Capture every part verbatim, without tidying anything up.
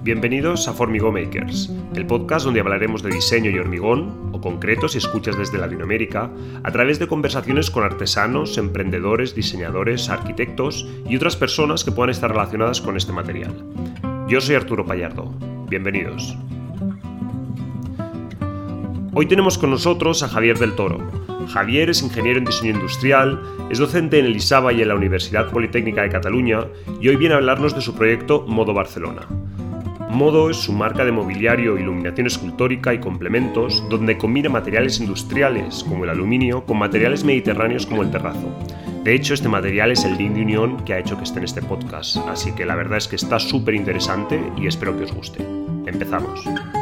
Bienvenidos a Formigo Makers, el podcast donde hablaremos de diseño y hormigón, o concreto si escuchas desde Latinoamérica, a través de conversaciones con artesanos, emprendedores, diseñadores, arquitectos y otras personas que puedan estar relacionadas con este material. Yo soy Arturo Pallardo. Bienvenidos. Hoy tenemos con nosotros a Javier del Toro. Javier es ingeniero en diseño industrial, es docente en el ISABA y en la Universidad Politécnica de Cataluña y hoy viene a hablarnos de su proyecto Modo Barcelona. Modo es su marca de mobiliario, iluminación escultórica y complementos, donde combina materiales industriales como el aluminio con materiales mediterráneos como el terrazo. De hecho, este material es el link de unión que ha hecho que esté en este podcast, así que la verdad es que está súper interesante y espero que os guste. Empezamos.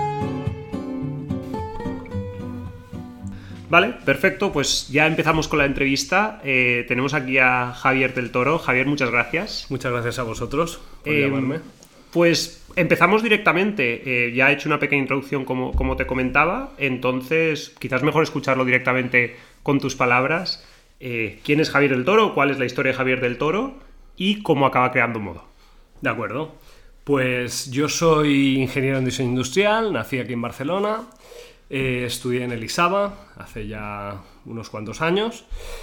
Vale, perfecto, pues ya empezamos con la entrevista. Eh, tenemos aquí a Javier del Toro. Javier, muchas gracias. Muchas gracias a vosotros por eh, llamarme. Pues empezamos directamente. Eh, ya he hecho una pequeña introducción como, como te comentaba, entonces quizás mejor escucharlo directamente con tus palabras. Eh, ¿Quién es Javier del Toro? ¿Cuál es la historia de Javier del Toro? ¿Y cómo acaba creando Modo? De acuerdo. Pues yo soy ingeniero en diseño industrial, nací aquí en Barcelona, eh, estudié en el ISABA hace ya unos cuantos años.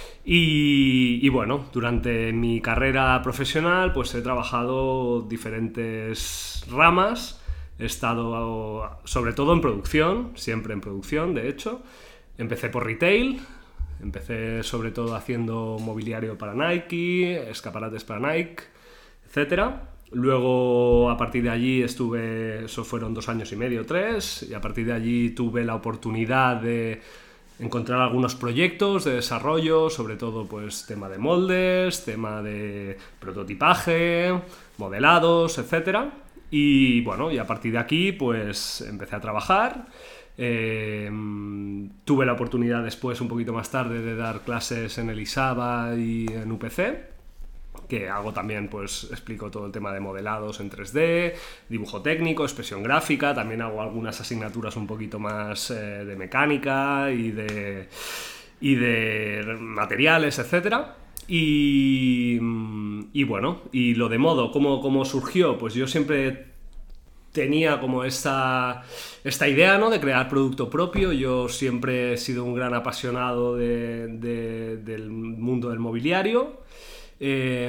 Y, y bueno, durante mi carrera profesional pues he trabajado diferentes ramas, he estado sobre todo en producción, siempre en producción de hecho. Empecé por retail, empecé sobre todo haciendo mobiliario para Nike, escaparates para Nike, etcétera. Luego a partir de allí estuve, eso fueron dos años y medio, tres, y a partir de allí tuve la oportunidad de encontrar algunos proyectos de desarrollo, sobre todo pues tema de moldes, tema de prototipaje, modelados, etcétera. Y bueno, y a partir de aquí pues empecé a trabajar. Eh, tuve la oportunidad después, un poquito más tarde, de dar clases en el ISABA y en U P C, que hago también, pues explico todo el tema de modelados en tres D, dibujo técnico, expresión gráfica, también hago algunas asignaturas un poquito más eh, de mecánica y de, y de materiales, etcétera. Y, y bueno, y lo de Modo, ¿cómo, cómo surgió? Pues yo siempre tenía como esta, esta idea, ¿no?, de crear producto propio. Yo siempre he sido un gran apasionado de, de, del mundo del mobiliario. Eh,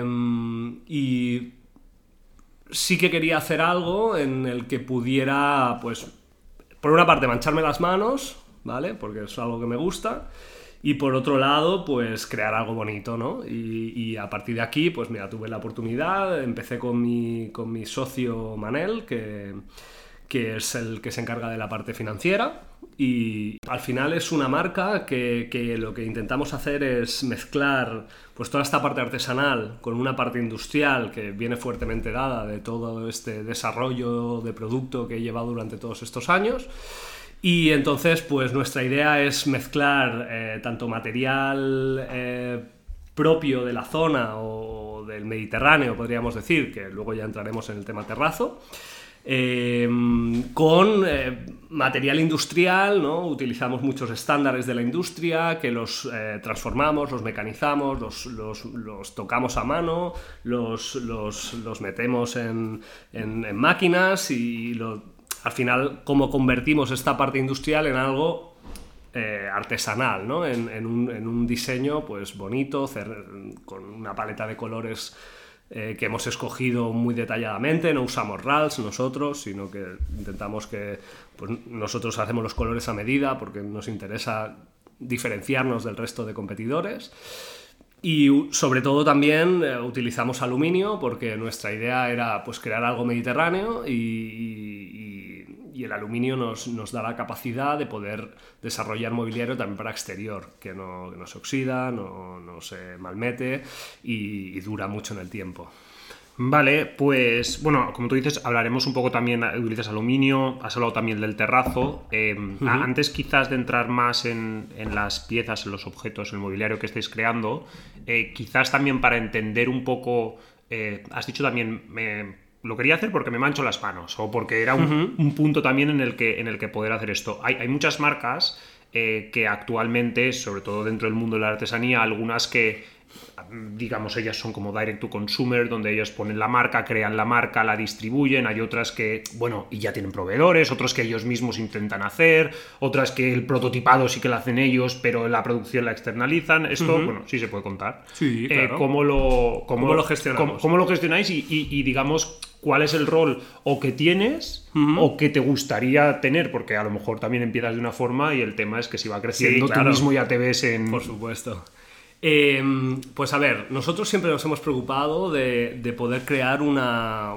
y sí que quería hacer algo en el que pudiera, pues, por una parte mancharme las manos, ¿vale?, porque es algo que me gusta, y por otro lado, pues, crear algo bonito, ¿no? Y, y a partir de aquí, pues, mira, tuve la oportunidad, empecé con mi, con mi socio Manel, que, que es el que se encarga de la parte financiera. Y al final es una marca que, que lo que intentamos hacer es mezclar pues toda esta parte artesanal con una parte industrial que viene fuertemente dada de todo este desarrollo de producto que he llevado durante todos estos años. Y entonces pues nuestra idea es mezclar eh, tanto material eh, propio de la zona o del Mediterráneo, podríamos decir, que luego ya entraremos en el tema terrazo, Eh, con eh, material industrial, ¿no? Utilizamos muchos estándares de la industria que los eh, transformamos, los mecanizamos, los, los, los tocamos a mano, los, los, los metemos en, en, en máquinas y lo, al final como convertimos esta parte industrial en algo eh, artesanal, ¿no? en, en, un, en un diseño pues bonito, cer- con una paleta de colores Eh, que hemos escogido muy detalladamente. No usamos R A Ls nosotros, sino que intentamos que pues, nosotros hacemos los colores a medida porque nos interesa diferenciarnos del resto de competidores. Y sobre todo también eh, utilizamos aluminio porque nuestra idea era pues, crear algo mediterráneo y, y, y el aluminio nos, nos da la capacidad de poder desarrollar mobiliario también para exterior, que no, que no se oxida, no, no se malmete y, y dura mucho en el tiempo. Vale, pues bueno, como tú dices, hablaremos un poco también, utilizas aluminio, has hablado también del terrazo. Eh, uh-huh. Antes quizás de entrar más en, en las piezas, en los objetos, en el mobiliario que estáis creando, eh, quizás también para entender un poco, eh, has dicho también, me, lo quería hacer porque me mancho las manos o porque era un, uh-huh. un punto también en el que, en el que poder hacer esto. Hay, hay muchas marcas eh, que actualmente, sobre todo dentro del mundo de la artesanía, algunas que digamos, ellas son como direct to consumer, donde ellos ponen la marca, crean la marca, la distribuyen. Hay otras que, bueno, y ya tienen proveedores, otras que ellos mismos intentan hacer, otras que el prototipado sí que lo hacen ellos, pero la producción la externalizan. Esto, uh-huh. bueno, sí se puede contar. Sí, claro. Eh, ¿cómo, lo, cómo, ¿Cómo lo gestionamos? Cómo, cómo lo gestionáis y, y, y, digamos, cuál es el rol o que tienes uh-huh. o que te gustaría tener? Porque a lo mejor también empiezas de una forma y el tema es que si va creciendo, sí, claro, tú mismo ya te ves en... Por supuesto. Eh, pues a ver, nosotros siempre nos hemos preocupado de, de poder crear una,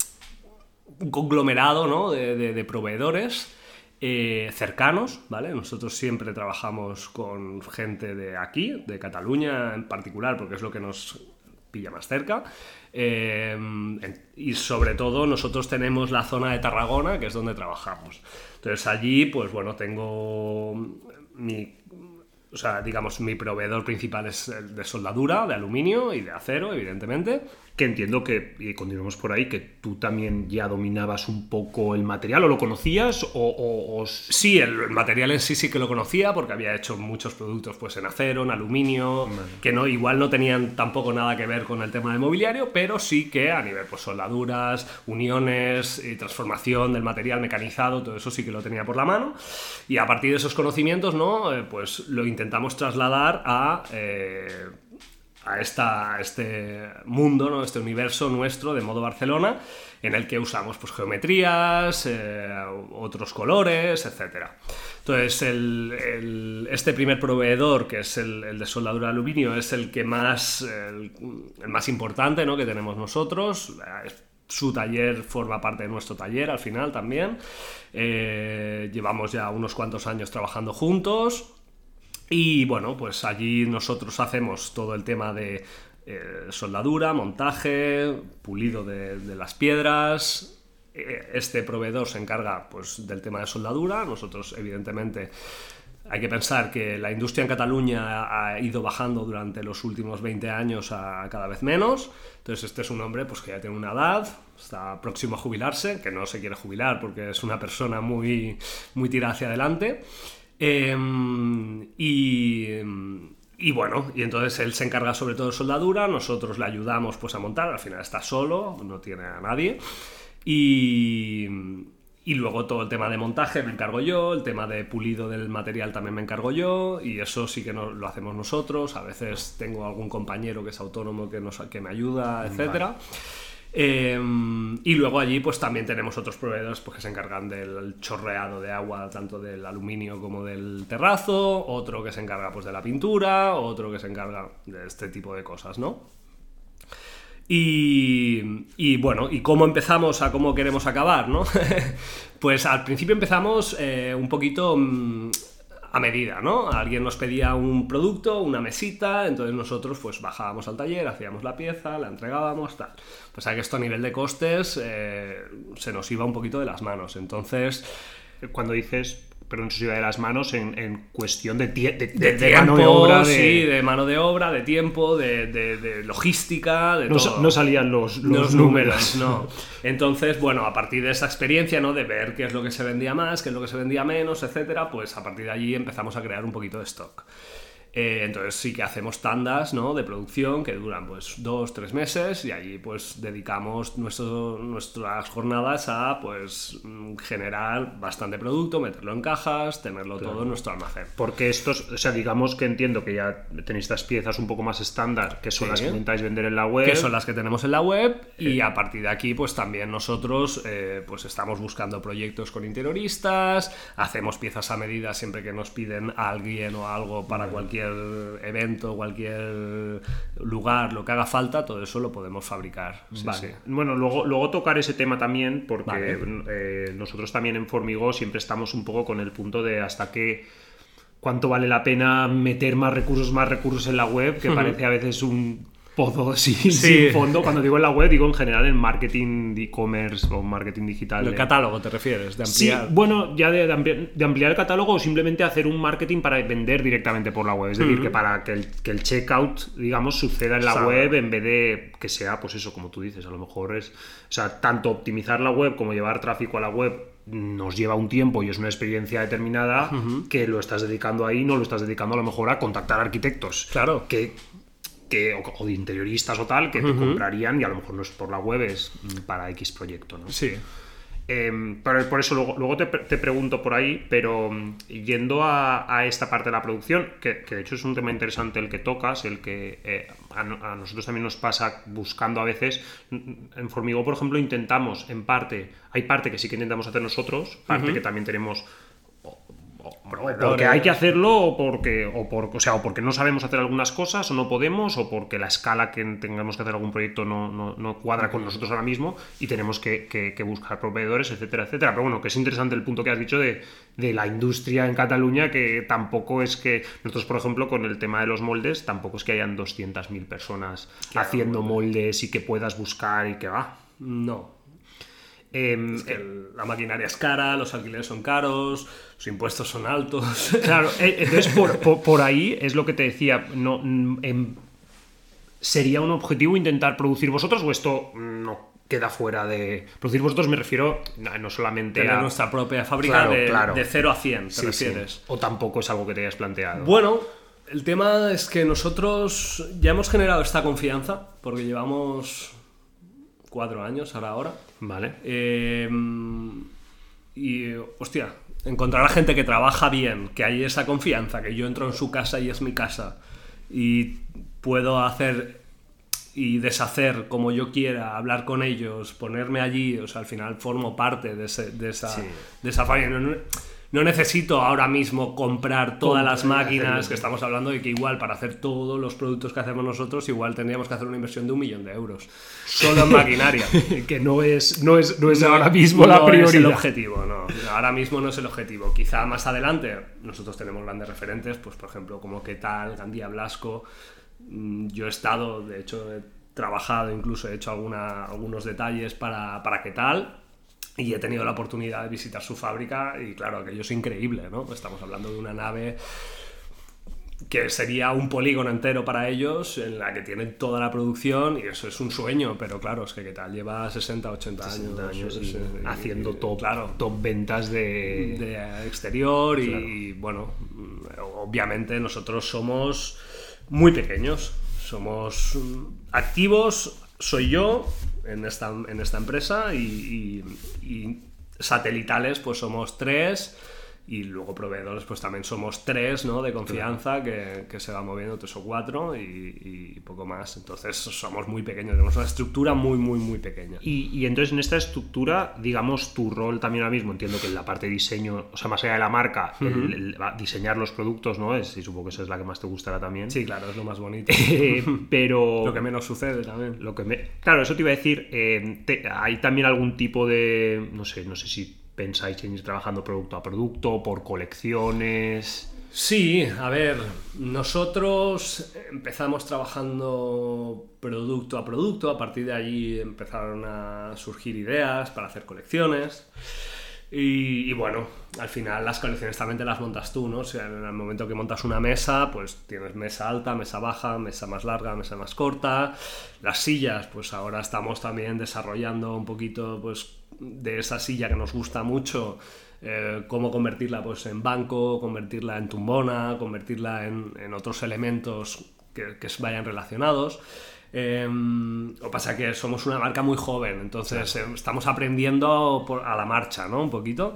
un conglomerado, ¿no? de, de, de proveedores eh, cercanos, ¿vale? Nosotros siempre trabajamos con gente de aquí, de Cataluña en particular, porque es lo que nos pilla más cerca. Eh, y sobre todo nosotros tenemos la zona de Tarragona, que es donde trabajamos. Entonces allí, pues bueno, tengo mi... O sea, digamos, mi proveedor principal es el de soldadura, de aluminio y de acero, evidentemente. Que entiendo que, y continuemos por ahí, que tú también ya dominabas un poco el material, ¿o lo conocías? O, o, o... Sí, el, el material en sí sí que lo conocía, porque había hecho muchos productos pues, en acero, en aluminio, vale. que no, igual no tenían tampoco nada que ver con el tema del mobiliario, pero sí que a nivel pues, soldaduras, uniones y transformación del material mecanizado, todo eso sí que lo tenía por la mano. Y a partir de esos conocimientos, ¿no? Eh, pues lo intentamos trasladar a... Eh, a, esta, a este mundo, ¿no? Este universo nuestro de Modo Barcelona, en el que usamos pues, geometrías, eh, otros colores, etcétera. Entonces, el, el, este primer proveedor, que es el, el de soldadura de aluminio, es el que más, el, el más importante, ¿no? que tenemos nosotros. Su taller forma parte de nuestro taller al final también. Eh, llevamos ya unos cuantos años trabajando juntos. Y bueno, pues allí nosotros hacemos todo el tema de eh, soldadura, montaje, pulido de, de las piedras. Este proveedor se encarga pues, del tema de soldadura. Nosotros, evidentemente, hay que pensar que la industria en Cataluña ha ido bajando durante los últimos veinte años a cada vez menos. Entonces este es un hombre pues, que ya tiene una edad, está próximo a jubilarse, que no se quiere jubilar porque es una persona muy, muy tirada hacia adelante. Eh, y, y bueno, y entonces él se encarga sobre todo de soldadura, nosotros le ayudamos pues a montar, al final está solo, no tiene a nadie, y, y luego todo el tema de montaje me encargo yo, el tema de pulido del material también me encargo yo, y eso sí que no, lo hacemos nosotros, a veces tengo algún compañero que es autónomo que, nos, que me ayuda, etcétera. Vale. Eh, y luego allí pues también tenemos otros proveedores pues, que se encargan del chorreado de agua tanto del aluminio como del terrazo, otro que se encarga pues de la pintura, otro que se encarga de este tipo de cosas, ¿no? Y, y bueno, ¿y cómo empezamos a cómo queremos acabar, no? Pues al principio empezamos eh, un poquito... Mmm, a medida, ¿no? Alguien nos pedía un producto, una mesita, entonces nosotros pues bajábamos al taller, hacíamos la pieza, la entregábamos, tal. Pues a que esto a nivel de costes eh, se nos iba un poquito de las manos. Entonces, cuando dices, perdón, se iba de las manos en, en cuestión de, tie- de, de, de, de tiempo, mano de obra, de... sí, de mano de obra, de tiempo, de, de, de logística, de no, todo. No salían los, los, los números, números, no. Entonces, bueno, a partir de esa experiencia, ¿no? De ver qué es lo que se vendía más, qué es lo que se vendía menos, etcétera, pues a partir de allí empezamos a crear un poquito de stock. Eh, entonces sí que hacemos tandas, ¿no? de producción que duran pues dos, tres meses y allí pues dedicamos nuestro, nuestras jornadas a pues generar bastante producto, meterlo en cajas, tenerlo claro. todo en nuestro almacén. Porque estos, o sea, digamos que entiendo que ya tenéis estas piezas un poco más estándar, que son sí, las que intentáis vender en la web. Que son las que tenemos en la web y eh. a partir de aquí pues también nosotros eh, pues estamos buscando proyectos con interioristas, hacemos piezas a medida siempre que nos piden a alguien o algo para vale. cualquier evento, cualquier lugar, lo que haga falta, todo eso lo podemos fabricar. Sí, vale. sí. Bueno, luego, luego tocar ese tema también, porque vale. eh, nosotros también en Formigó siempre estamos un poco con el punto de hasta qué, cuánto vale la pena meter más recursos, más recursos en la web, que uh-huh. parece a veces un pozo sin, sí. sin fondo. Cuando digo en la web, digo en general en marketing de e-commerce o marketing digital. ¿El catálogo te refieres? ¿De ampliar? Sí, bueno, ya de, de, ampliar, de ampliar el catálogo o simplemente hacer un marketing para vender directamente por la web. Es decir, uh-huh. que para que el, que el checkout, digamos, suceda en la Sabe. web en vez de que sea, pues eso, como tú dices, a lo mejor es... O sea, tanto optimizar la web como llevar tráfico a la web nos lleva un tiempo y es una experiencia determinada uh-huh. que lo estás dedicando ahí, no lo estás dedicando a lo mejor a contactar arquitectos. Claro. Que... que, o, o de interioristas o tal, que te uh-huh. comprarían, y a lo mejor no es por la web, es para X proyecto, ¿no? Sí. Eh, pero por eso luego, luego te, te pregunto por ahí, pero yendo a, a esta parte de la producción, que, que de hecho es un tema interesante el que tocas, el que eh, a, a nosotros también nos pasa buscando a veces. En Formigó, por ejemplo, intentamos en parte, hay parte que sí que intentamos hacer nosotros, parte uh-huh. que también tenemos o porque hay que hacerlo o porque, o, por, o, sea, o porque no sabemos hacer algunas cosas o no podemos, o porque la escala que tengamos que hacer algún proyecto no, no, no cuadra con nosotros ahora mismo y tenemos que, que, que buscar proveedores, etcétera, etcétera. Pero bueno, que es interesante el punto que has dicho de, de la industria en Cataluña, que tampoco es que nosotros, por ejemplo, con el tema de los moldes, tampoco es que hayan doscientas mil personas claro, haciendo moldes y que puedas buscar y que va. No. Eh, es que el, la maquinaria es cara, los alquileres son caros, los impuestos son altos. Claro, entonces por, por, por ahí es lo que te decía. No, en, ¿sería un objetivo intentar producir vosotros o esto no queda fuera de producir vosotros? Me refiero no solamente tener a nuestra propia fábrica claro, de, claro. de cero a cien, ¿te sí, refieres? Sí. O tampoco es algo que te hayas planteado. Bueno, el tema es que nosotros ya hemos generado esta confianza porque llevamos cuatro años ahora ahora. Vale. Eh, y, hostia, encontrar a gente que trabaja bien, que hay esa confianza, que yo entro en su casa y es mi casa y puedo hacer y deshacer como yo quiera, hablar con ellos, ponerme allí, o sea, al final formo parte de, ese, de esa, sí. de esa familia. No, no, no necesito ahora mismo comprar todas las máquinas que estamos hablando de que igual para hacer todos los productos que hacemos nosotros igual tendríamos que hacer una inversión de un millón de euros solo en maquinaria. Que no es, no es, no es no, ahora mismo la no prioridad. Es el objetivo, no. Ahora mismo no es el objetivo. Quizá más adelante nosotros tenemos grandes referentes, pues por ejemplo como Qué Tal, Gandía Blasco. Yo he estado, de hecho he trabajado, incluso he hecho alguna, algunos detalles para, para Qué Tal. Y he tenido la oportunidad de visitar su fábrica y claro, aquello es increíble, ¿no? Estamos hablando de una nave que sería un polígono entero para ellos, en la que tienen toda la producción y eso es un sueño, pero claro, es que Qué Tal lleva sesenta, ochenta años y, y, haciendo y, top, claro, top ventas de, de exterior y, claro. y bueno, obviamente nosotros somos muy pequeños, somos activos, soy yo en esta, en esta empresa y, y, y satelitales pues somos tres y luego proveedores pues también somos tres, ¿no? De confianza que, que se va moviendo tres o cuatro y, y poco más. Entonces somos muy pequeños, tenemos una estructura muy muy muy pequeña. Y, y entonces en esta estructura, digamos, tu rol también ahora mismo, entiendo que en la parte de diseño, o sea, más allá de la marca, uh-huh. el, el, el, diseñar los productos, ¿no? Es, y supongo que esa es la que más te gustará también. Sí, claro, es lo más bonito. eh, pero... Lo que menos sucede también. Lo que me... Claro, eso te iba a decir, eh, te, hay también algún tipo de, no sé, no sé si pensáis en ir trabajando producto a producto, por colecciones. Sí, a ver, nosotros empezamos trabajando producto a producto, a partir de allí empezaron a surgir ideas para hacer colecciones y, y bueno, al final las colecciones también te las montas tú, ¿no? O sea, en el momento que montas una mesa, pues tienes mesa alta, mesa baja, mesa más larga, mesa más corta. Las sillas, pues ahora estamos también desarrollando un poquito pues de esa silla que nos gusta mucho, eh, cómo convertirla pues en banco, convertirla en tumbona, convertirla en, en otros elementos que, que vayan relacionados. Eh, lo que pasa es que somos una marca muy joven, entonces eh, estamos aprendiendo por, a la marcha, ¿no? Un poquito.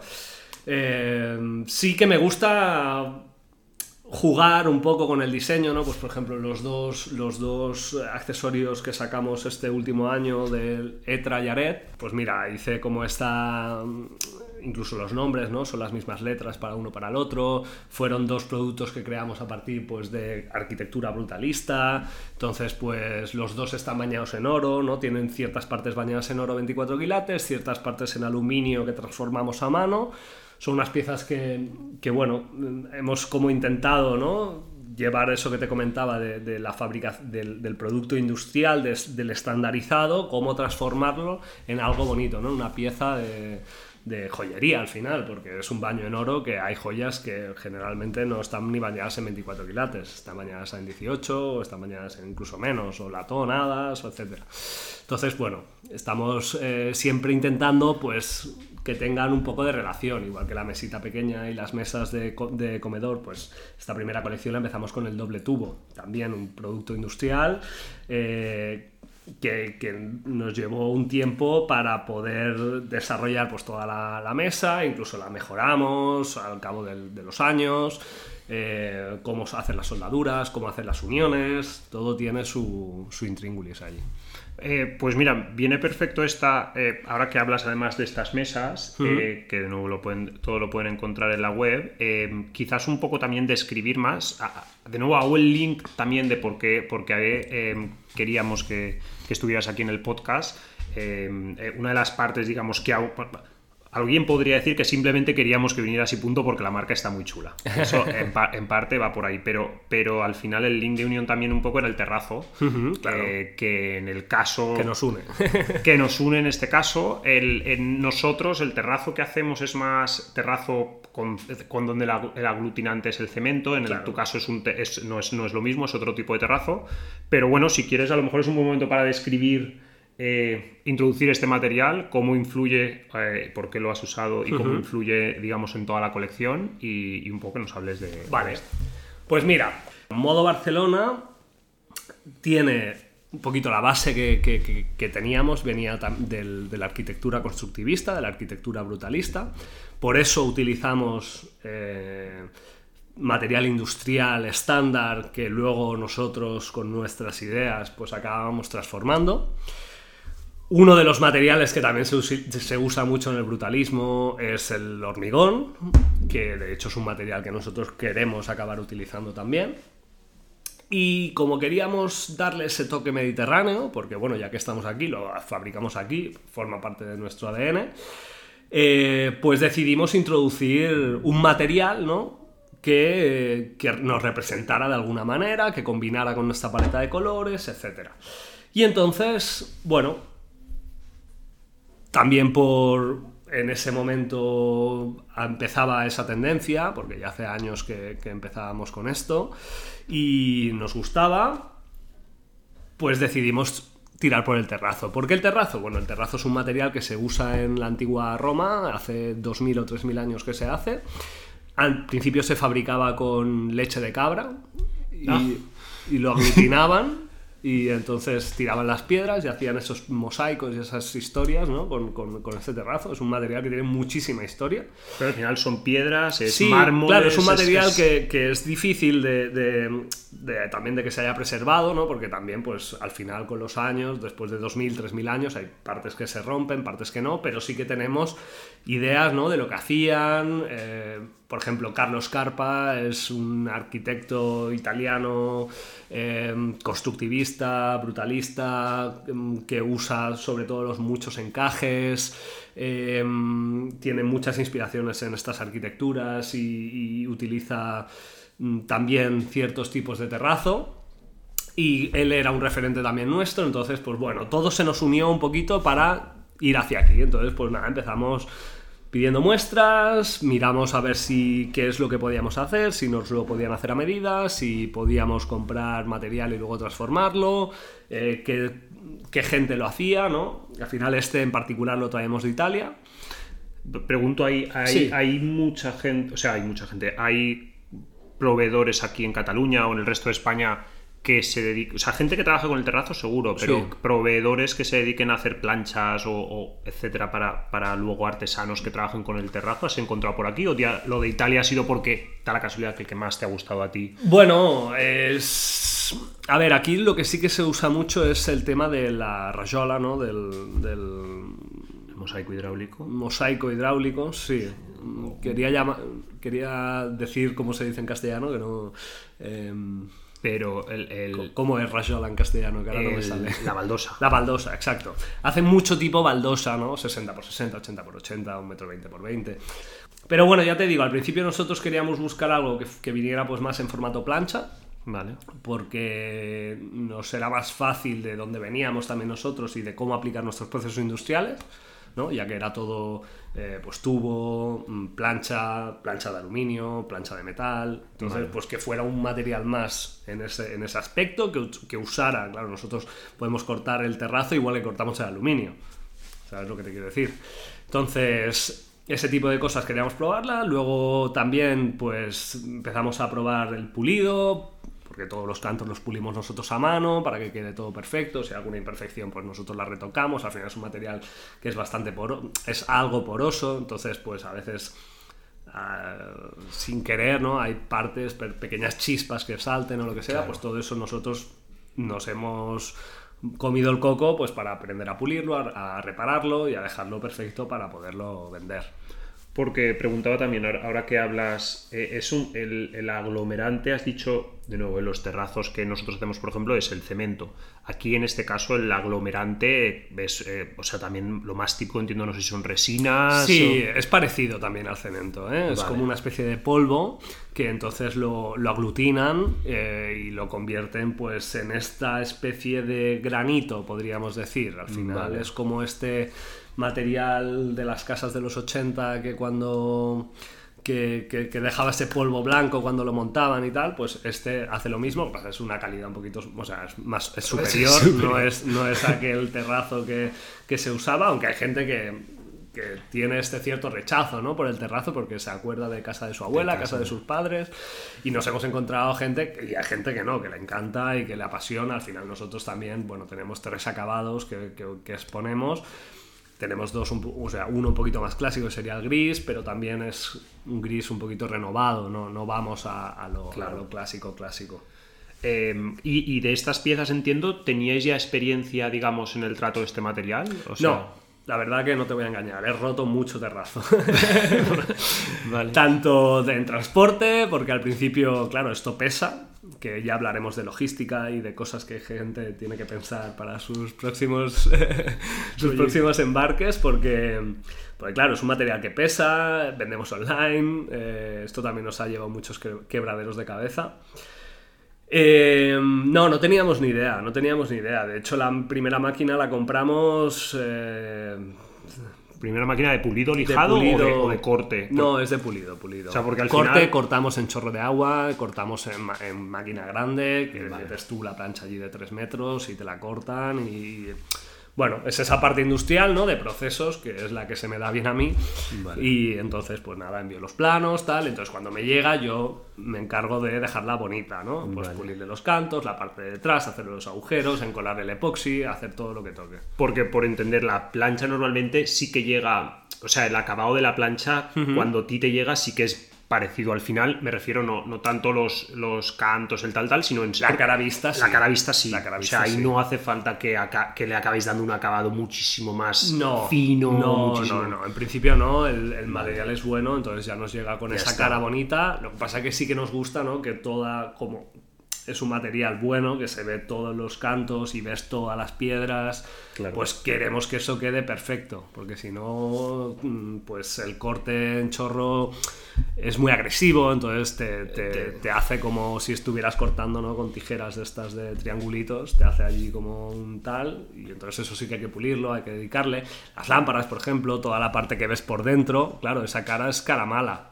Eh, sí que me gusta jugar un poco con el diseño, ¿no? Pues por ejemplo los dos, los dos accesorios que sacamos este último año del Etra y Aret, pues mira, hice como esta, incluso los nombres, ¿no? Son las mismas letras para uno para el otro, fueron dos productos que creamos a partir pues de arquitectura brutalista, entonces pues los dos están bañados en oro, ¿no? Tienen ciertas partes bañadas en oro veinticuatro quilates, ciertas partes en aluminio que transformamos a mano. Son unas piezas que, que, bueno, hemos como intentado, ¿no? Llevar eso que te comentaba de, de la fábrica, del, del producto industrial, de, del estandarizado, cómo transformarlo en algo bonito, ¿no? Una pieza de, de joyería al final, porque es un baño en oro que hay joyas que generalmente no están ni bañadas en veinticuatro quilates, están bañadas en dieciocho o están bañadas en incluso menos, o latonadas, etcétera. Entonces, bueno, estamos eh, siempre intentando pues que tengan un poco de relación, igual que la mesita pequeña y las mesas de, co- de comedor. Pues esta primera colección la empezamos con el doble tubo, también un producto industrial eh, que, que nos llevó un tiempo para poder desarrollar pues toda la, la mesa, incluso la mejoramos al cabo del, de los años. Eh, cómo hacer las soldaduras, cómo hacer las uniones, todo tiene su, su intríngulis allí. Eh, pues mira, viene perfecto esta, eh, ahora que hablas además de estas mesas, uh-huh. eh, que de nuevo lo pueden, todo lo pueden encontrar en la web, eh, quizás un poco también describir más, a, de nuevo hago el link también de por qué, por qué eh, queríamos que, que estuvieras aquí en el podcast. Eh, eh, una de las partes, digamos, que hago... Alguien podría decir que simplemente queríamos que vinieras y punto porque la marca está muy chula. Eso en, pa- en parte va por ahí, pero, pero al final el link de unión también un poco era el terrazo, Uh-huh, claro. eh, que en el caso... Que nos une. que nos une en este caso. El, en nosotros el terrazo que hacemos es más terrazo con, con donde la, el aglutinante es el cemento. En Claro. el, tu caso es un te- es, no, es, no es lo mismo, es otro tipo de terrazo. Pero bueno, si quieres a lo mejor es un buen momento para describir... Eh, introducir este material, cómo influye, eh, por qué lo has usado y cómo Uh-huh. influye, digamos, en toda la colección y, y un poco nos hables de... Vale, de esto. pues mira, Modo Barcelona tiene un poquito la base que, que, que, que teníamos, venía tam- del, de la arquitectura constructivista, de la arquitectura brutalista. Por eso utilizamos eh, material industrial estándar que luego nosotros con nuestras ideas pues acabamos transformando. Uno de los materiales que también se, usi- se usa mucho en el brutalismo es el hormigón, que de hecho es un material que nosotros queremos acabar utilizando también. Y como queríamos darle ese toque mediterráneo, porque bueno, ya que estamos aquí, lo fabricamos aquí, forma parte de nuestro A D N, eh, pues decidimos introducir un material, ¿no?, que, que nos representara de alguna manera, que combinara con nuestra paleta de colores, etcétera. Y entonces, bueno... También por en ese momento empezaba esa tendencia, porque ya hace años que, que empezábamos con esto y nos gustaba, pues decidimos tirar por el terrazo. ¿Por qué el terrazo? Bueno, el terrazo es un material que se usa en la antigua Roma, hace dos mil o tres mil años que se hace. Al principio se fabricaba con leche de cabra y, Ah. y lo aglutinaban. Y entonces tiraban las piedras y hacían esos mosaicos y esas historias, ¿no?, con, con, con este terrazo. Es un material que tiene muchísima historia. Pero al final son piedras, es Sí, mármol... claro, es un es- material es- que, que es difícil de, de, de- también de que se haya preservado, ¿no? Porque también, pues, al final, con los años, después de dos mil, tres mil años, hay partes que se rompen, partes que no, pero sí que tenemos ideas, ¿no?, de lo que hacían. Eh, por ejemplo, Carlos Carpa es un arquitecto italiano eh, constructivista, brutalista, eh, que usa sobre todo los muchos encajes. Eh, tiene muchas inspiraciones en estas arquitecturas y, y utiliza mm, también ciertos tipos de terrazo, y él era un referente también nuestro. Entonces, pues bueno, todo se nos unió un poquito para ir hacia aquí. Entonces, pues nada, empezamos pidiendo muestras, miramos a ver si qué es lo que podíamos hacer, si nos lo podían hacer a medida, si podíamos comprar material y luego transformarlo, eh, qué, qué gente lo hacía, ¿no? Al final este en particular lo traemos de Italia. Pregunto, ¿hay, hay, Sí. hay mucha gente, o sea, hay mucha gente, hay proveedores aquí en Cataluña o en el resto de España que se dediquen, o sea, gente que trabaja con el terrazo seguro, pero Sí. proveedores que se dediquen a hacer planchas o, o etcétera para, para luego artesanos que trabajen con el terrazo? ¿Has encontrado por aquí o ya lo de Italia ha sido porque da la casualidad que el que más te ha gustado a ti? Bueno, es... A ver, aquí lo que sí que se usa mucho es el tema de la rajola, ¿no? Del... del... Mosaico hidráulico. Mosaico hidráulico, sí. Quería llamar, quería decir cómo se dice en castellano, que no... Eh, Pero el, el- ¿Cómo es rajola en castellano? Que ahora no me el- sale. la baldosa. La baldosa, exacto. Hacen mucho tipo baldosa, ¿no? sesenta por sesenta, ochenta por ochenta, un metro veinte por veinte. Pero bueno, ya te digo, al principio nosotros queríamos buscar algo que, que viniera pues más en formato plancha, Vale. porque nos era más fácil de dónde veníamos también nosotros y de cómo aplicar nuestros procesos industriales. ¿no? Ya que era todo eh, pues tubo, plancha, plancha de aluminio, plancha de metal. Entonces, vale. pues que fuera un material más en ese, en ese aspecto, que, que usara, claro, nosotros podemos cortar el terrazo igual que cortamos el aluminio. ¿Sabes lo que te quiero decir? Entonces, ese tipo de cosas queríamos probarla. Luego también pues empezamos a probar el pulido, porque todos los cantos los pulimos nosotros a mano para que quede todo perfecto. Si hay alguna imperfección, pues nosotros la retocamos. Al final es un material que es bastante poroso, es algo poroso, entonces pues a veces uh, sin querer, ¿no? Hay partes, pequeñas chispas que salten o lo que sea, claro. Pues todo eso nosotros nos hemos comido el coco pues para aprender a pulirlo, a, a repararlo y a dejarlo perfecto para poderlo vender. Porque preguntaba también, ahora que hablas, eh, es un, el, el aglomerante, has dicho, de nuevo, en los terrazos que nosotros hacemos, por ejemplo, es el cemento. Aquí, en este caso, el aglomerante, ves, eh, o sea, también lo más típico, entiendo, no sé si son resinas... Sí, o... es parecido también al cemento, ¿eh? Es vale. como una especie de polvo que entonces lo, lo aglutinan eh, y lo convierten pues en esta especie de granito, podríamos decir. Al final vale. es como este... material de las casas de los ochenta que cuando que, que, que dejaba ese polvo blanco cuando lo montaban y tal, pues este hace lo mismo, pues es una calidad un poquito, o sea, es más es superior, es superior. No es no es aquel terrazo que, que se usaba, aunque hay gente que, que tiene este cierto rechazo, ¿no? Por el terrazo, porque se acuerda de casa de su abuela, de casa, casa de sus padres, y nos hemos encontrado gente, y hay gente que no, que le encanta y que le apasiona. Al final nosotros también, bueno, tenemos tres acabados que, que, que exponemos. Tenemos dos, un, o sea, uno un poquito más clásico, que sería el gris, pero también es un gris un poquito renovado, no, no vamos a, a, lo, claro. a lo clásico, clásico. Eh, y, y de estas piezas, entiendo, ¿teníais ya experiencia, digamos, en el trato de este material? O sea... No, la verdad que no te voy a engañar, he roto mucho terrazo. Vale. Tanto de, en transporte, porque al principio, claro, esto pesa, que ya hablaremos de logística y de cosas que gente tiene que pensar para sus próximos sus Oye. próximos embarques, porque, porque claro, es un material que pesa, vendemos online, eh, esto también nos ha llevado muchos quebraderos de cabeza. Eh, no, no teníamos ni idea, no teníamos ni idea. De hecho, la primera máquina la compramos... Eh, ¿Primera máquina de pulido lijado de pulido, o, de, o de corte? No, es de pulido, pulido. O sea, porque al corte final... cortamos en chorro de agua, cortamos en, en máquina grande, que vale. metes tú la plancha allí de tres metros y te la cortan y... Bueno, es esa parte industrial, ¿no? De procesos, que es la que se me da bien a mí. Vale. Y entonces, pues nada, envío los planos, tal. Entonces, cuando me llega, yo me encargo de dejarla bonita, ¿no? Pues vale. pulirle los cantos, la parte de detrás, hacerle los agujeros, encolar el epoxi, hacer todo lo que toque. Porque, por entender, la plancha normalmente sí que llega... O sea, el acabado de la plancha, uh-huh. cuando a ti te llega, sí que es parecido al final. Me refiero no, no tanto los, los cantos, el tal tal, sino en... La cara vista sí. La cara vista sí. La cara vista, o sea, ahí sí. no hace falta que, aca- que le acabéis dando un acabado muchísimo más no, fino. No, muchísimo... no, no. En principio no. El, el material es bueno, entonces ya nos llega con ya esa está. cara bonita. Lo que pasa es que sí que nos gusta, ¿no? Que toda... como es un material bueno, que se ve todos los cantos y ves todas las piedras, claro. Pues queremos que eso quede perfecto, porque si no, pues el corte en chorro es muy agresivo, entonces te, te, te hace como si estuvieras cortando, ¿no? Con tijeras de estas de triangulitos, te hace allí como un tal, y entonces eso sí que hay que pulirlo, hay que dedicarle. Las lámparas, por ejemplo, toda la parte que ves por dentro, claro, esa cara es cara mala.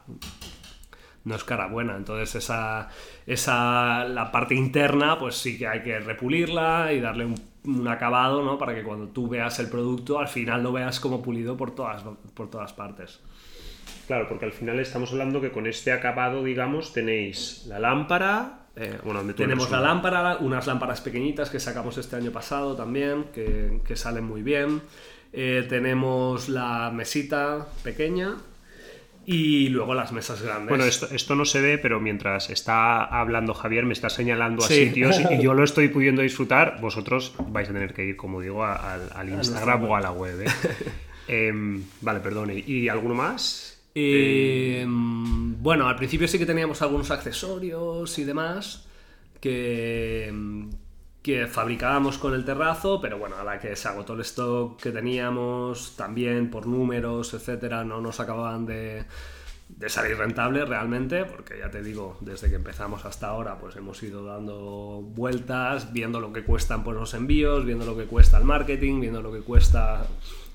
No es cara buena, entonces esa, esa la parte interna pues sí que hay que repulirla y darle un, un acabado, ¿no? Para que cuando tú veas el producto al final lo veas como pulido por todas, por todas partes. Claro, porque al final estamos hablando que con este acabado, digamos, tenéis la lámpara... Eh, bueno, tenemos la lámpara, unas lámparas pequeñitas que sacamos este año pasado también, que, que salen muy bien. Eh, tenemos la mesita pequeña... Y luego las mesas grandes. Bueno, esto, esto no se ve, pero mientras está hablando Javier me está señalando a sí. sitios y yo lo estoy pudiendo disfrutar. Vosotros vais a tener que ir, como digo, a, a, al Instagram o a la web. ¿eh? eh, vale, perdón. ¿Y, y alguno más? Eh, eh... Bueno, al principio sí que teníamos algunos accesorios y demás que... que fabricábamos con el terrazo, pero bueno, a la que se agotó el stock que teníamos, también por números, etcétera, no nos acababan de, de salir rentables realmente, porque ya te digo, desde que empezamos hasta ahora, pues hemos ido dando vueltas, viendo lo que cuestan pues, los envíos, viendo lo que cuesta el marketing, viendo lo que cuesta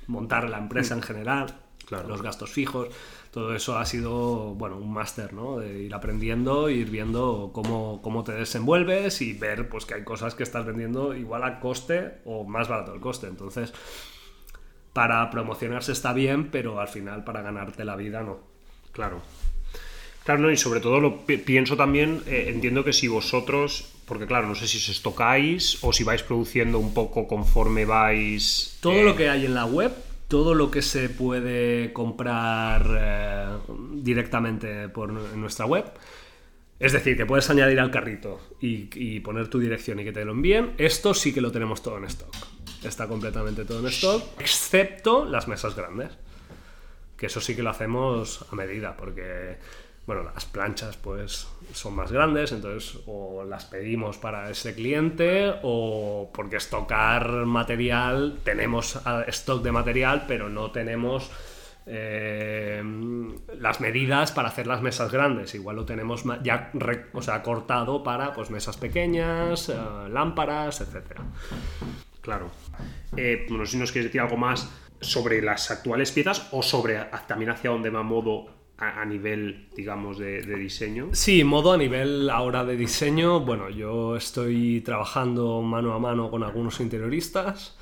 montar la empresa en general, Claro. los gastos fijos, todo eso ha sido, bueno, un máster, ¿no? De ir aprendiendo, ir viendo cómo, cómo te desenvuelves y ver pues que hay cosas que estás vendiendo igual a coste o más barato el coste. Entonces, para promocionarse está bien, pero al final para ganarte la vida no. Claro. Claro, no, y sobre todo lo pi- pienso también, eh, entiendo que si vosotros, porque claro, no sé si os estocáis o si vais produciendo un poco conforme vais... Todo eh, lo que hay en la web, todo lo que se puede comprar eh, directamente por nu- en nuestra web, es decir, que puedes añadir al carrito y, y poner tu dirección y que te lo envíen, esto sí que lo tenemos todo en stock. Está completamente todo en stock, excepto las mesas grandes, que eso sí que lo hacemos a medida, porque bueno, las planchas pues son más grandes, entonces o las pedimos para ese cliente o porque estocar material, tenemos ah, stock de material, pero no tenemos eh, las medidas para hacer las mesas grandes. Igual lo tenemos ma- ya re- o sea, cortado para pues mesas pequeñas, eh, lámparas, etcétera. Claro. Eh, no sé si nos quieres decir algo más sobre las actuales piezas o sobre a- también hacia dónde va Modo a, a nivel, digamos, de, de diseño. Sí, modo a nivel ahora de diseño, bueno, yo estoy trabajando mano a mano con algunos interioristas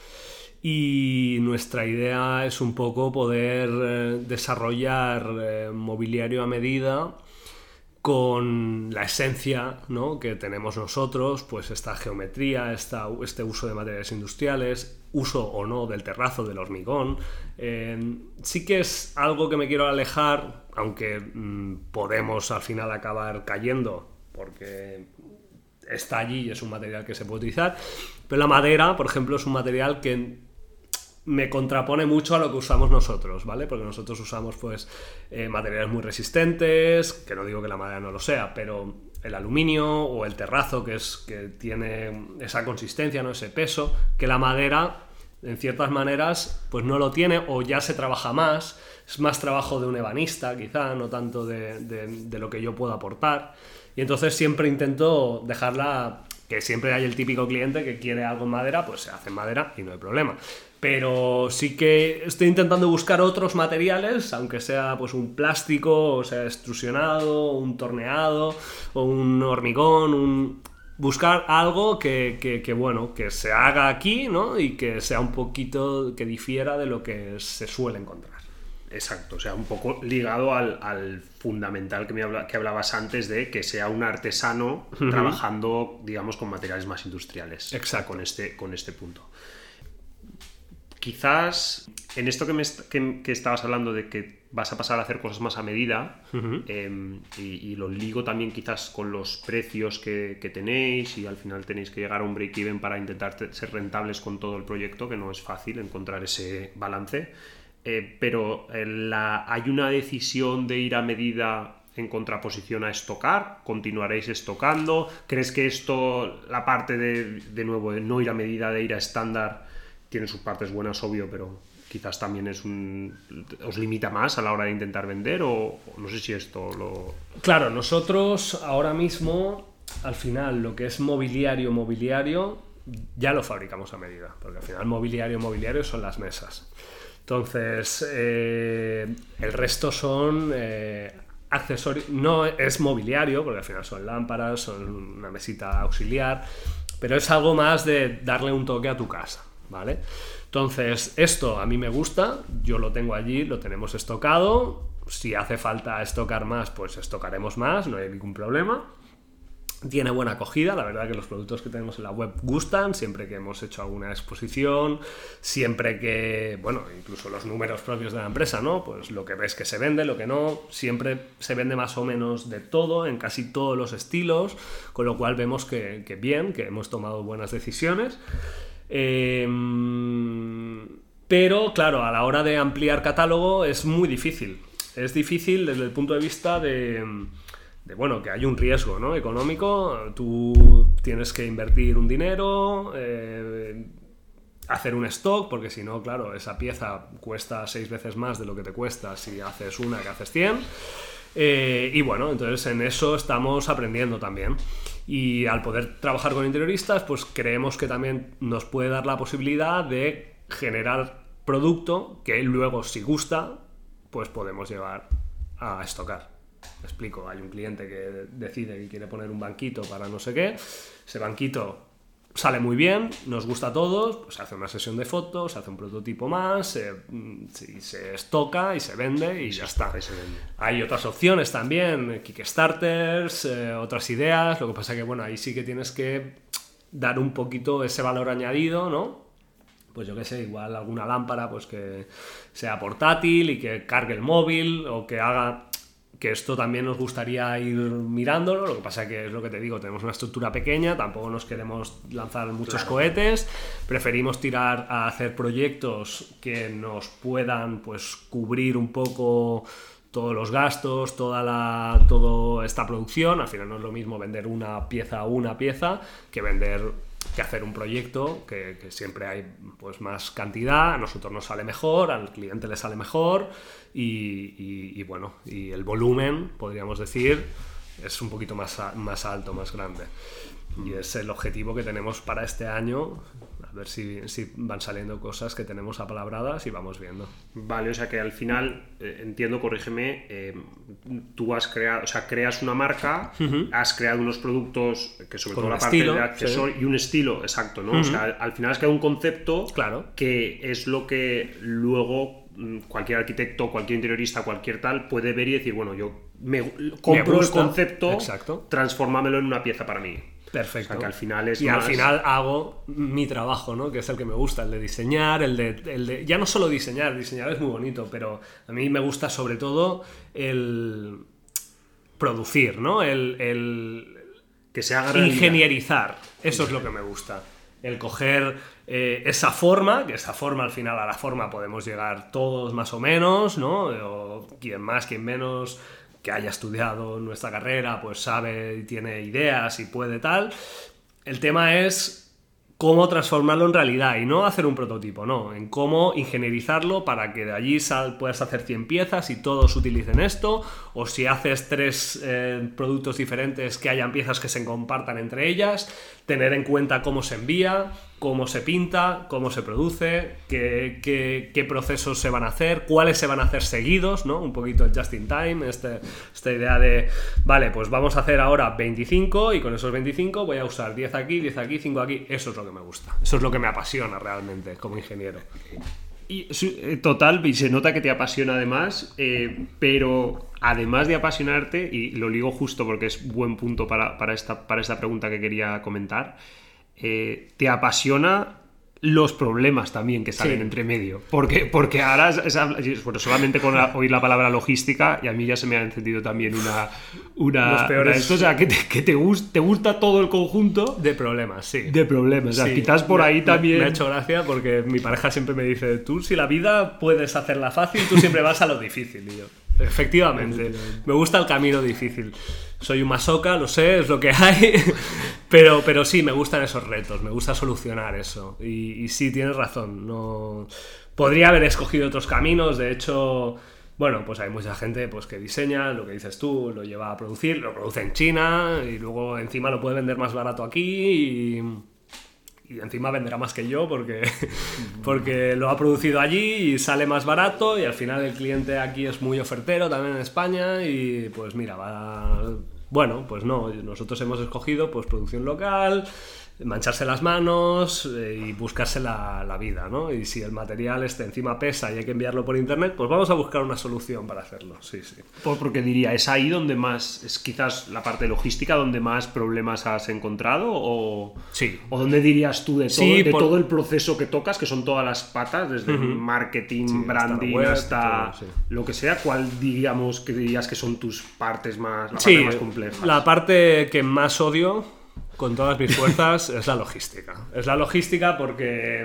y nuestra idea es un poco poder eh, desarrollar eh, mobiliario a medida con la esencia, ¿no?, que tenemos nosotros, pues esta geometría, esta, este uso de materiales industriales, uso o no del terrazo, del hormigón. Eh, sí que es algo que me quiero alejar, aunque mmm, podemos al final acabar cayendo, porque está allí y es un material que se puede utilizar, pero la madera, por ejemplo, es un material que me contrapone mucho a lo que usamos nosotros, ¿vale? Porque nosotros usamos pues eh, materiales muy resistentes, que no digo que la madera no lo sea, pero el aluminio o el terrazo, que es que tiene esa consistencia, ¿no?, ese peso, que la madera en ciertas maneras pues no lo tiene o ya se trabaja más, es más trabajo de un ebanista quizá, no tanto de, de, de lo que yo puedo aportar, y entonces siempre intento dejarla, que siempre hay el típico cliente que quiere algo en madera, pues se hace en madera y no hay problema. Pero sí que estoy intentando buscar otros materiales, aunque sea pues un plástico, o sea extrusionado, un torneado, o un hormigón, un... buscar algo que, que, que, bueno, que se haga aquí, ¿no?, y que sea un poquito, que difiera de lo que se suele encontrar. Exacto, o sea, un poco ligado al, al fundamental que, me habla, que hablabas antes de que sea un artesano uh-huh. trabajando, digamos, con materiales más industriales. Exacto. Con este, con este punto. Quizás en esto que, me, que, que estabas hablando de que vas a pasar a hacer cosas más a medida, uh-huh. eh, y, y lo ligo también quizás con los precios que, que tenéis, y al final tenéis que llegar a un break-even para intentar te, ser rentables con todo el proyecto, que no es fácil encontrar ese balance, eh, pero eh, la, ¿hay una decisión de ir a medida en contraposición a estocar? ¿Continuaréis estocando? ¿Crees que esto, la parte de, de nuevo, de no ir a medida, de ir a estándar, tiene sus partes buenas, obvio, pero quizás también es un os limita más a la hora de intentar vender? O, o no sé si esto lo... Claro, nosotros ahora mismo, al final, lo que es mobiliario, mobiliario, ya lo fabricamos a medida, porque al final mobiliario, mobiliario son las mesas. Entonces, eh, el resto son eh, accesorios, no es mobiliario, porque al final son lámparas, son una mesita auxiliar, pero es algo más de darle un toque a tu casa, ¿vale? Entonces, esto a mí me gusta, yo lo tengo allí, lo tenemos estocado, si hace falta estocar más, pues estocaremos más, no hay ningún problema. Tiene buena acogida, la verdad que los productos que tenemos en la web gustan, siempre que hemos hecho alguna exposición, siempre que, bueno, incluso los números propios de la empresa, ¿no? Pues lo que ves que se vende, lo que no, siempre se vende más o menos de todo, en casi todos los estilos, con lo cual vemos que, que bien, que hemos tomado buenas decisiones. Eh, pero, claro, a la hora de ampliar catálogo es muy difícil. Es difícil desde el punto de vista de... de bueno, que hay un riesgo, ¿no?, económico, tú tienes que invertir un dinero, eh, hacer un stock, porque si no, claro, esa pieza cuesta seis veces más de lo que te cuesta si haces una que haces cien, eh, y bueno, entonces en eso estamos aprendiendo también, y al poder trabajar con interioristas, pues creemos que también nos puede dar la posibilidad de generar producto que luego, si gusta, pues podemos llevar a estocar. Me explico, hay un cliente que decide que quiere poner un banquito para no sé qué, ese banquito sale muy bien, nos gusta a todos, pues se hace una sesión de fotos, se hace un prototipo más, se, se, se estoca y se vende y, y ya está. Y hay otras opciones también, Kickstarters, eh, otras ideas, lo que pasa que bueno, ahí sí que tienes que dar un poquito ese valor añadido, ¿no? Pues yo qué sé, igual alguna lámpara pues que sea portátil y que cargue el móvil o que haga... que esto también nos gustaría ir mirándolo, lo que pasa que es lo que te digo, tenemos una estructura pequeña, tampoco nos queremos lanzar muchos claro. cohetes, preferimos tirar a hacer proyectos que nos puedan pues cubrir un poco todos los gastos, toda la toda esta producción. Al final no es lo mismo vender una pieza a una pieza que vender que hacer un proyecto que, que siempre hay pues más cantidad, a nosotros nos sale mejor, al cliente le sale mejor y, y, y bueno, y el volumen, podríamos decir, es un poquito más, más alto, más grande. Y es el objetivo que tenemos para este año, a ver si, si van saliendo cosas que tenemos apalabradas y vamos viendo. Vale, o sea que al final, eh, entiendo, corrígeme, eh, tú has creado, o sea, creas una marca, uh-huh. has creado unos productos que sobre con todo la estilo, parte de accesorio sí. y un estilo, exacto, ¿no? Uh-huh. O sea, al final has creado un concepto claro. que es lo que luego cualquier arquitecto, cualquier interiorista, cualquier tal, puede ver y decir, bueno, yo me compro me el concepto, exacto. transformámelo en una pieza para mí. Perfecto. O sea, que al final es y más... al final hago mi trabajo, ¿no? Que es el que me gusta, el de diseñar, el de, el de... Ya no solo diseñar, diseñar es muy bonito, pero a mí me gusta sobre todo el producir, ¿no? El, el... que se haga realidad. Ingenierizar, eso es lo que me gusta. El coger eh, esa forma, que esa forma al final a la forma podemos llegar todos más o menos, ¿no? O quien más, quien menos... que haya estudiado nuestra carrera, pues sabe y tiene ideas y puede tal. El tema es cómo transformarlo en realidad y no hacer un prototipo, no, en cómo ingenierizarlo para que de allí sal, puedas hacer cien piezas y todos utilicen esto, o si haces tres eh, productos diferentes que hayan piezas que se compartan entre ellas, tener en cuenta cómo se envía, cómo se pinta, cómo se produce, qué, qué, qué procesos se van a hacer, cuáles se van a hacer seguidos, ¿no? Un poquito el just in time, este, esta idea de, vale, pues vamos a hacer ahora veinticinco y con esos veinticinco voy a usar diez aquí, diez aquí, cinco aquí. Eso es lo que me gusta, eso es lo que me apasiona realmente como ingeniero. Y, total, y se nota que te apasiona además, eh, pero además de apasionarte, y lo ligo justo porque es buen punto para, para, esta, para esta pregunta que quería comentar, eh, te apasiona los problemas también que salen sí. entre medio, porque, porque ahora es, es, bueno, solamente con la, oír la palabra logística y a mí ya se me ha encendido también una, una, los peores... una esto, o sea, que, te, que te, gust, te gusta todo el conjunto de problemas, sí, de problemas, sí. o sea, quizás por ahí me, también me ha hecho gracia porque mi pareja siempre me dice, tú si la vida puedes hacerla fácil, tú siempre vas a lo difícil, y yo, efectivamente, me gusta el camino difícil. Soy un masoca, lo sé, es lo que hay, pero, pero sí, me gustan esos retos, me gusta solucionar eso. Y, y sí, tienes razón, no podría haber escogido otros caminos, de hecho, bueno, pues hay mucha gente pues, que diseña, lo que dices tú, lo lleva a producir, lo produce en China y luego encima lo puede vender más barato aquí y... y encima venderá más que yo porque, porque lo ha producido allí y sale más barato y al final el cliente aquí es muy ofertero también en España y pues mira, va... bueno, pues no, nosotros hemos escogido pues producción local, mancharse las manos eh, y buscarse la, la vida, ¿no? Y si el material este encima pesa y hay que enviarlo por internet, pues vamos a buscar una solución para hacerlo, sí, sí. Porque diría, ¿es ahí donde más, es quizás la parte logística donde más problemas has encontrado? ¿O, sí. ¿O donde dirías tú de, todo, sí, de por... todo el proceso que tocas, que son todas las patas, desde uh-huh. marketing, sí, branding, hasta, web, hasta todo, sí. lo que sea? ¿Cuál diríamos que dirías que son tus partes más, la sí, parte más complejas? La parte que más odio con todas mis fuerzas es la logística. Es la logística porque,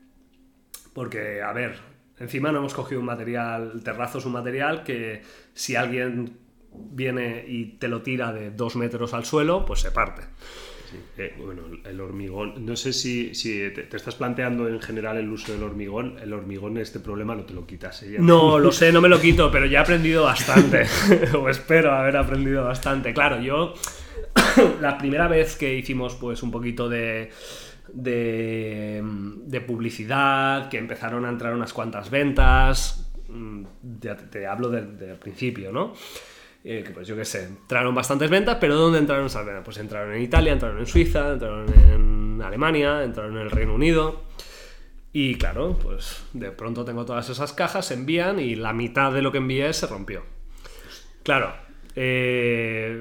porque, a ver, encima no hemos cogido un material, el terrazo es un material que si alguien viene y te lo tira de dos metros al suelo, pues se parte. Sí. Eh, bueno, el hormigón, no sé si, si te, te estás planteando en general el uso del hormigón, el hormigón este problema no te lo quitas, ¿eh? No, lo sé, no me lo quito, pero ya he aprendido bastante, o espero haber aprendido bastante. Claro, yo... la primera vez que hicimos pues un poquito de de, de publicidad, que empezaron a entrar unas cuantas ventas. Ya te, te hablo del de, de principio, ¿no? Eh, que pues yo qué sé, entraron bastantes ventas, pero ¿dónde entraron esas ventas? Pues entraron en Italia, entraron en Suiza, entraron en Alemania, entraron en el Reino Unido. Y claro, pues de pronto tengo todas esas cajas, se envían y la mitad de lo que envié se rompió. Claro, eh,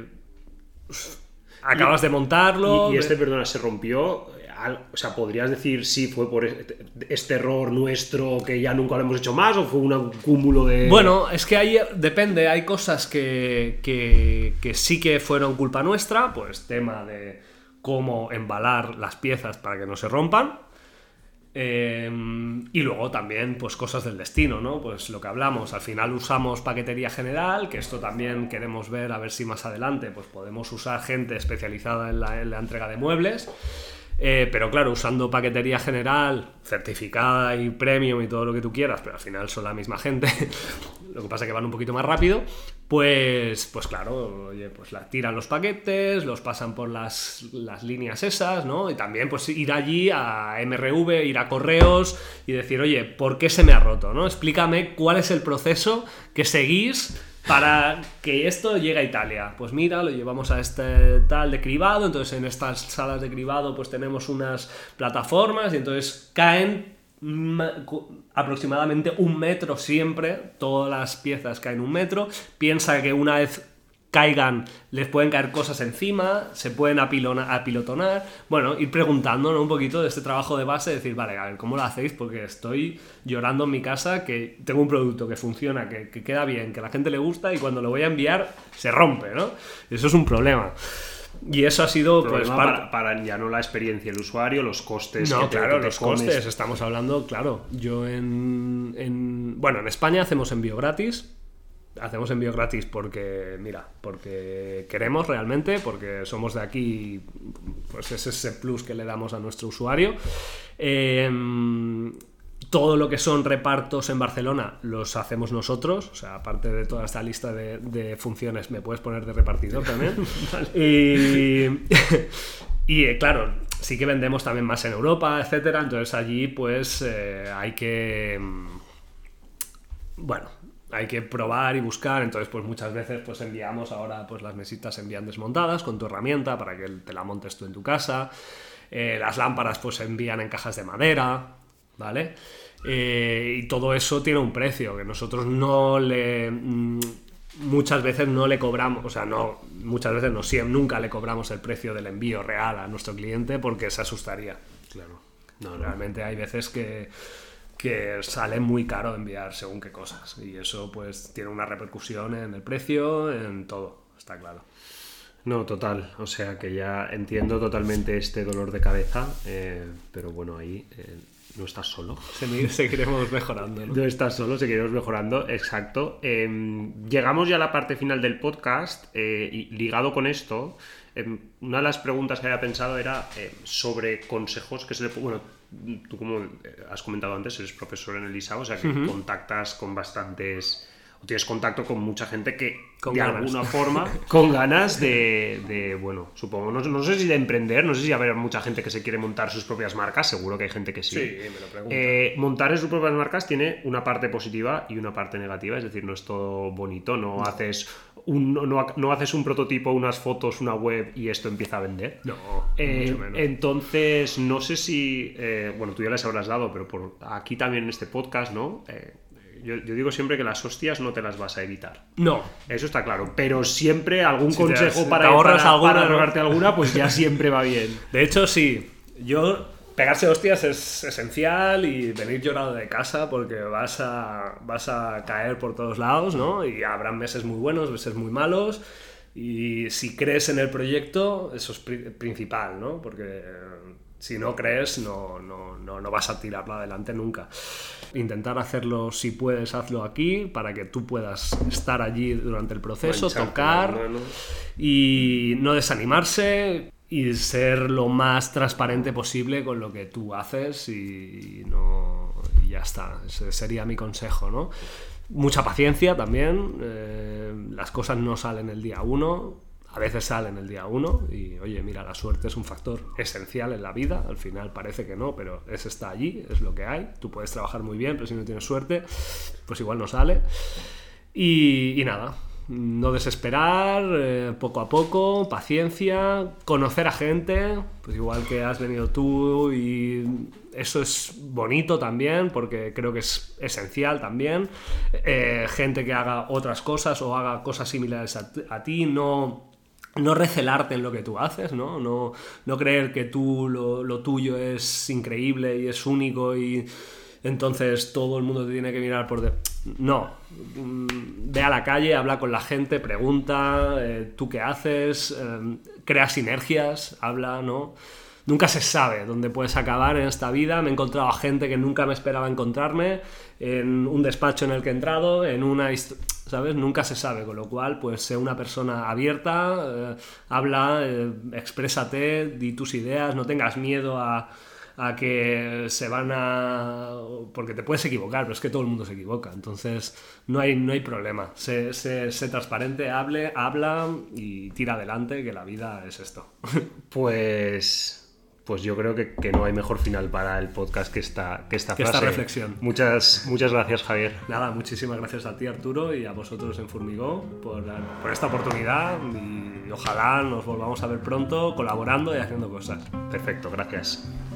acabas y, de montarlo... Y, y este, perdona, se rompió... O sea, ¿podrías decir si fue por este, este error nuestro que ya nunca lo hemos hecho más o fue un cúmulo de...? Bueno, es que ahí depende, hay cosas que, que, que sí que fueron culpa nuestra, pues tema de cómo embalar las piezas para que no se rompan. Eh, y luego también pues cosas del destino, ¿no? Pues lo que hablamos, al final usamos paquetería general, que esto también queremos ver a ver si más adelante pues podemos usar gente especializada en la, en la entrega de muebles. Eh, pero claro, usando paquetería general, certificada y premium y todo lo que tú quieras, pero al final son la misma gente, lo que pasa es que van un poquito más rápido, pues, pues claro, oye, pues la, tiran los paquetes, los pasan por las, las líneas esas, ¿no? Y también pues ir allí a M R V, ir a correos y decir, oye, ¿por qué se me ha roto? ¿No? Explícame cuál es el proceso que seguís para que esto llegue a Italia. Pues mira, lo llevamos a este tal de cribado, entonces en estas salas de cribado pues tenemos unas plataformas y entonces caen aproximadamente un metro siempre, todas las piezas caen un metro, piensa que una vez caigan, les pueden caer cosas encima, se pueden apilona, apilotonar, bueno, ir preguntando, ¿no? Un poquito de este trabajo de base, decir, vale, a ver, ¿cómo lo hacéis? Porque estoy llorando en mi casa que tengo un producto que funciona, que, que queda bien, que a la gente le gusta y cuando lo voy a enviar se rompe, ¿no? Eso es un problema. Y eso ha sido pues para, para ya no la experiencia del usuario, los costes. No, que te, claro, que te los comes. costes, estamos hablando, claro, yo en, en... Bueno, en España hacemos envío gratis. Hacemos envío gratis porque, mira, porque queremos realmente, porque somos de aquí, pues es ese plus que le damos a nuestro usuario. Eh, todo lo que son repartos en Barcelona los hacemos nosotros, o sea, aparte de toda esta lista de, de funciones, me puedes poner de repartidor también. Vale. Y, y claro, sí que vendemos también más en Europa, etcétera, entonces allí pues eh, hay que... Bueno... hay que probar y buscar, entonces pues muchas veces pues enviamos, ahora pues las mesitas se envían desmontadas con tu herramienta para que te la montes tú en tu casa, eh, las lámparas pues se envían en cajas de madera, ¿vale? Eh, y todo eso tiene un precio que nosotros no le... Mmm, muchas veces no le cobramos, o sea, no, muchas veces no, siempre, nunca le cobramos el precio del envío real a nuestro cliente porque se asustaría. Claro. No, no. Realmente hay veces que que sale muy caro enviar según qué cosas y eso pues tiene una repercusión en el precio, en todo, está claro. No, total, o sea que ya entiendo totalmente este dolor de cabeza, eh, pero bueno, ahí eh, no estás solo. Seguiremos mejorando, ¿no? No estás solo, seguiremos mejorando, exacto. Eh, llegamos ya a la parte final del podcast eh, y ligado con esto, eh, una de las preguntas que había pensado era eh, sobre consejos que se le... Bueno, tú como has comentado antes, eres profesor en el ISAO, o sea que uh-huh. contactas con bastantes... o tienes contacto con mucha gente que con de ganas. alguna forma con ganas de, de bueno, supongo, no, no sé si de emprender, no sé si habrá mucha gente que se quiere montar sus propias marcas, seguro que hay gente que sí. Sí, me lo pregunto. Eh, montar sus propias marcas tiene una parte positiva y una parte negativa, es decir, no es todo bonito, no, no. haces un, no, no haces un prototipo, unas fotos, una web y esto empieza a vender. No, eh, mucho menos. Entonces, no sé si, eh, bueno, tú ya les habrás dado, pero por aquí también en este podcast, ¿no? Eh, Yo, yo digo siempre que las hostias no te las vas a evitar. No. Eso está claro. Pero siempre algún si consejo te, para, te ahorras para, alguna, para ¿no? ahorrarte alguna, pues ya siempre va bien. De hecho, sí. Yo... Pegarse hostias es esencial y venir llorado de casa porque vas a, vas a caer por todos lados, ¿no? Y habrán meses muy buenos, meses muy malos. Y si crees en el proyecto, eso es pri- principal, ¿no? Porque... si no crees, no, no, no, no vas a tirarlo adelante nunca. Intentar hacerlo, si puedes, hazlo aquí, para que tú puedas estar allí durante el proceso, Mancharte tocar y no desanimarse y ser lo más transparente posible con lo que tú haces y, no, y ya está. Ese sería mi consejo, ¿no? Mucha paciencia también, eh, las cosas no salen el día uno. a veces salen el día uno y, oye, mira, la suerte es un factor esencial en la vida. Al final parece que no, pero es está allí, es lo que hay. Tú puedes trabajar muy bien, pero si no tienes suerte, pues igual no sale. Y, y nada, no desesperar, eh, poco a poco, paciencia, conocer a gente, pues igual que has venido tú, y eso es bonito también, porque creo que es esencial también. Eh, gente que haga otras cosas o haga cosas similares a, a ti, no... No recelarte en lo que tú haces, ¿no? No, no creer que tú lo, lo tuyo es increíble y es único y entonces todo el mundo te tiene que mirar por... De... No. Ve a la calle, habla con la gente, pregunta, eh, tú qué haces, eh, crea sinergias, habla, ¿no? Nunca se sabe dónde puedes acabar en esta vida. Me he encontrado a gente que nunca me esperaba encontrarme, en un despacho en el que he entrado, en una historia, ¿sabes? Nunca se sabe, con lo cual, pues sé una persona abierta, eh, habla, eh, exprésate, di tus ideas, no tengas miedo a, a que se van a... porque te puedes equivocar, pero es que todo el mundo se equivoca, entonces no hay, no hay problema. Sé, sé, sé transparente, hable, habla y tira adelante, que la vida es esto. Pues... Pues yo creo que, que no hay mejor final para el podcast que esta, que esta que frase. Esta reflexión. Muchas, muchas gracias, Javier. Nada, muchísimas gracias a ti, Arturo, y a vosotros en Formigó por, por esta oportunidad, y ojalá nos volvamos a ver pronto colaborando y haciendo cosas. Perfecto, gracias.